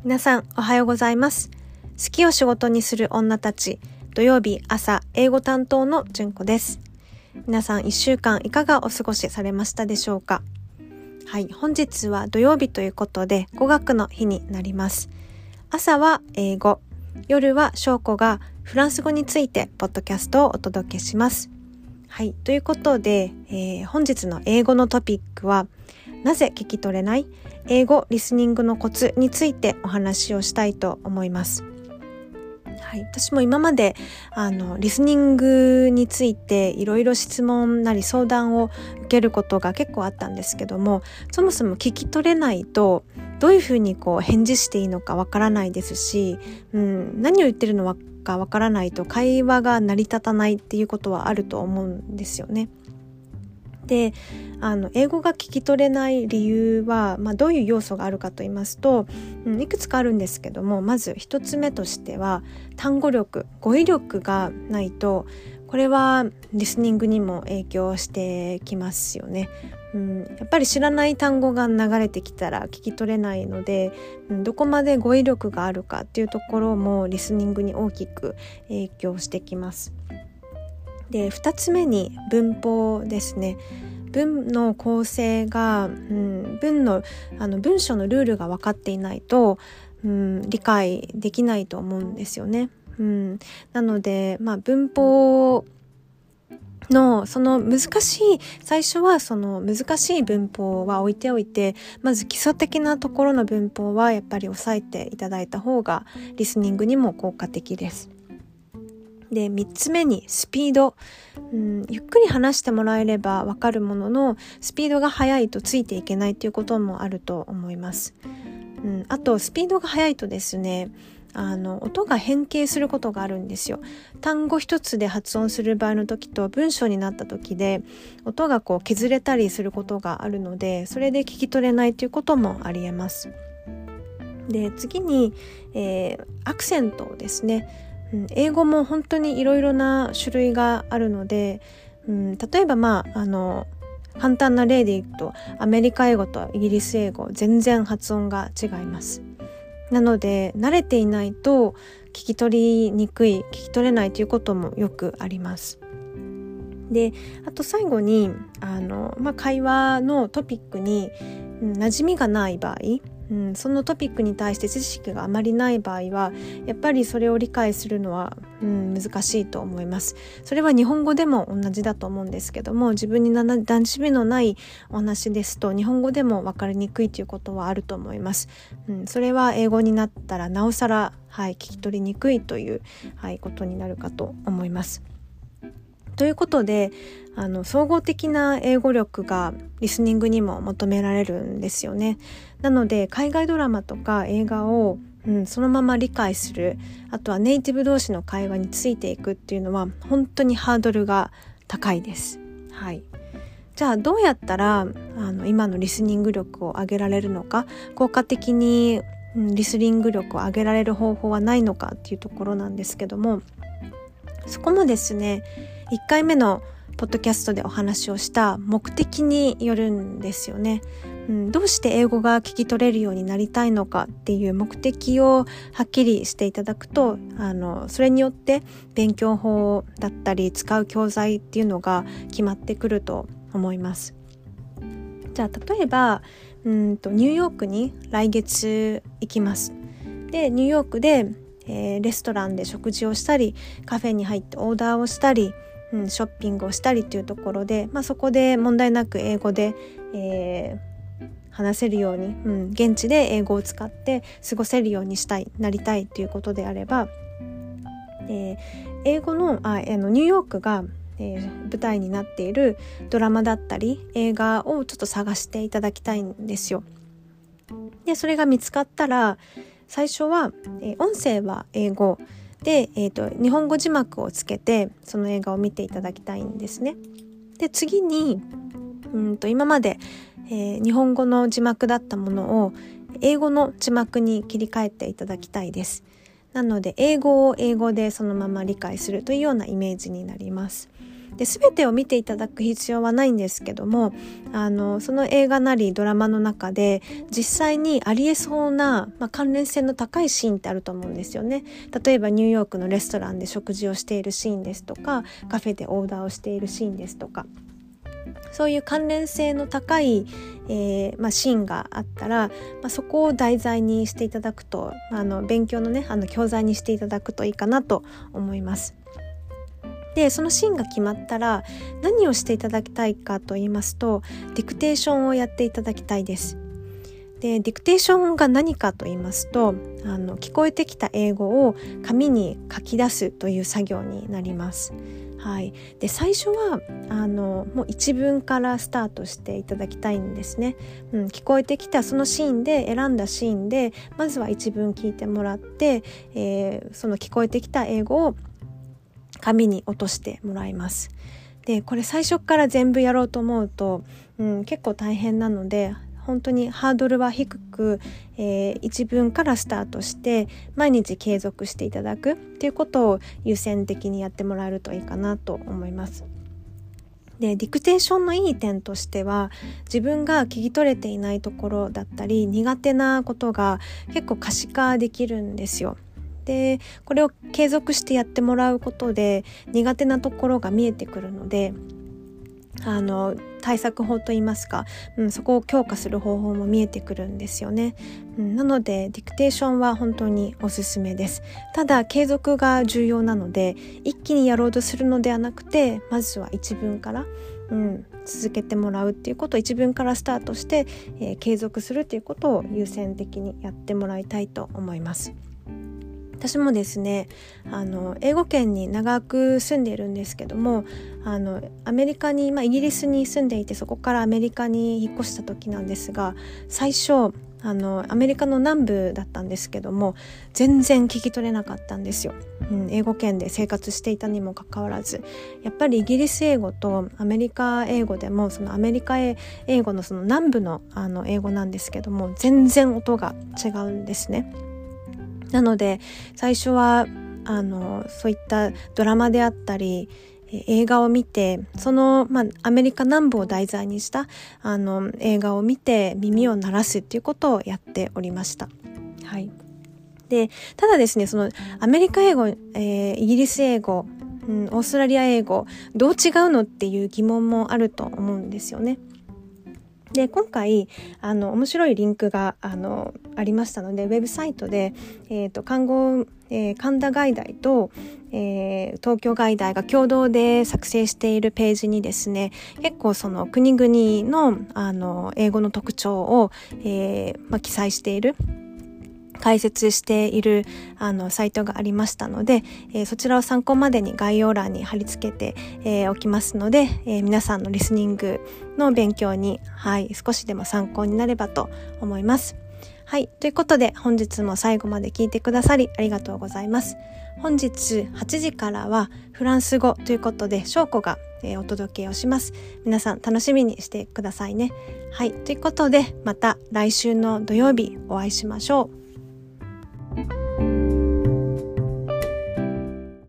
皆さんおはようございます。好きを仕事にする女たち、土曜日朝英語担当のじゅんこです。皆さん1週間いかがお過ごしされましたでしょうか。はい、本日は土曜日ということで語学の日になります。朝は英語、夜は翔子がフランス語についてポッドキャストをお届けします。はい、ということで、本日の英語のトピックはなぜ聞き取れない英語リスニングのコツについてお話をしたいと思います。はい、私も今までリスニングについていろいろ質問なり相談を受けることが結構あったんですけども、そもそも聞き取れないとどういうふうに返事していいのかわからないですし、何を言ってるのかわからないと会話が成り立たないっていうことはあると思うんですよね。で、英語が聞き取れない理由は、どういう要素があるかと言いますと、いくつかあるんですけども、まず一つ目としては単語力、語彙力がないと、これはリスニングにも影響してきますよね。やっぱり知らない単語が流れてきたら聞き取れないので、どこまで語彙力があるかっていうところもリスニングに大きく影響してきます。で、2つ目に文法ですね。文の構成が、文章のルールが分かっていないと、理解できないと思うんですよね。なので、文法の最初はその難しい文法は置いておいて、まず基礎的なところの文法はやっぱり押さえていただいた方がリスニングにも効果的です。で、3つ目にスピード、ゆっくり話してもらえればわかるものの、スピードが速いとついていけないということもあると思います。あとスピードが速いとですね、音が変形することがあるんですよ。単語一つで発音する場合の時と文章になった時で音が削れたりすることがあるので、それで聞き取れないということもありえます。で、次に、アクセントですね。英語も本当にいろいろな種類があるので、例えば簡単な例で言うとアメリカ英語とイギリス英語全然発音が違います。なので慣れていないと聞き取りにくい、聞き取れないということもよくあります。で、あと最後に会話のトピックに馴染みがない場合、そのトピックに対して知識があまりない場合はやっぱりそれを理解するのは、難しいと思います。それは日本語でも同じだと思うんですけども、自分に馴染みのないお話ですと日本語でも分かりにくいということはあると思います。それは英語になったらなおさら、聞き取りにくいという、ことになるかと思います。ということで、総合的な英語力がリスニングにも求められるんですよね。なので海外ドラマとか映画を、そのまま理解する、あとはネイティブ同士の会話についていくっていうのは本当にハードルが高いです。じゃあどうやったら今のリスニング力を上げられるのか、効果的に、リスニング力を上げられる方法はないのかっていうところなんですけども、そこもですね、1回目のポッドキャストでお話をした目的によるんですよね。どうして英語が聞き取れるようになりたいのかっていう目的をはっきりしていただくと、それによって勉強法だったり使う教材っていうのが決まってくると思います。じゃあ例えばニューヨークに来月行きます。で、ニューヨークでレストランで食事をしたり、カフェに入ってオーダーをしたり、ショッピングをしたりというところで、そこで問題なく英語で、話せるように、現地で英語を使って過ごせるようになりたいということであれば、英語のニューヨークが、舞台になっているドラマだったり映画をちょっと探していただきたいんですよ。で、それが見つかったら最初は、音声は英語で、日本語字幕をつけてその映画を見ていただきたいんですね。で、次に今まで、日本語の字幕だったものを英語の字幕に切り替えていただきたいです。なので英語を英語でそのまま理解するというようなイメージになります。 で全てを見ていただく必要はないんですけども、その映画なりドラマの中で実際にありえそうな、関連性の高いシーンってあると思うんですよね。例えばニューヨークのレストランで食事をしているシーンですとか、カフェでオーダーをしているシーンですとか、そういう関連性の高い、シーンがあったら、そこを題材にしていただくと、勉強のね教材にしていただくといいかなと思います。でそのシーンが決まったら何をしていただきたいかと言いますと、ディクテーションをやっていただきたいです。でディクテーションが何かと言いますと、聞こえてきた英語を紙に書き出すという作業になります。はい、で最初はもう一文からスタートしていただきたいんですね。聞こえてきたそのシーンで選んだシーンでまずは一文聞いてもらって、その聞こえてきた英語を紙に落としてもらいます。でこれ最初から全部やろうと思うと、結構大変なので本当にハードルは低く、一文からスタートして毎日継続していただくっていうことを優先的にやってもらえるといいかなと思います。でディクテーションのいい点としては、自分が聞き取れていないところだったり苦手なことが結構可視化できるんですよ。でこれを継続してやってもらうことで苦手なところが見えてくるので、対策法といいますか、そこを強化する方法も見えてくるんですよね。なのでディクテーションは本当におすすめです。ただ継続が重要なので一気にやろうとするのではなくて、まずは一文から、続けてもらうっていうことを一文からスタートして、継続するっていうことを優先的にやってもらいたいと思います。私もですね、英語圏に長く住んでいるんですけども、アメリカに、イギリスに住んでいて、そこからアメリカに引っ越した時なんですが、最初アメリカの南部だったんですけども全然聞き取れなかったんですよ。英語圏で生活していたにもかかわらず、やっぱりイギリス英語とアメリカ英語でもそのアメリカ英語のその南部の英語なんですけども全然音が違うんですね。なので最初はそういったドラマであったり映画を見て、その、アメリカ南部を題材にした映画を見て耳を鳴らすっていうことをやっておりました。はい。でただですね、そのアメリカ英語、イギリス英語、オーストラリア英語どう違うのっていう疑問もあると思うんですよね。で今回面白いリンクがありましたので、ウェブサイトで、神田外大と、東京外大が共同で作成しているページにですね、結構その国々の英語の特徴を、記載している解説しているサイトがありましたので、そちらを参考までに概要欄に貼り付けて、おきますので、皆さんのリスニングの勉強に、少しでも参考になればと思います。はい、ということで本日も最後まで聞いてくださりありがとうございます。本日8時からはフランス語ということで翔子が、お届けをします。皆さん楽しみにしてくださいね。はい、ということでまた来週の土曜日お会いしましょう。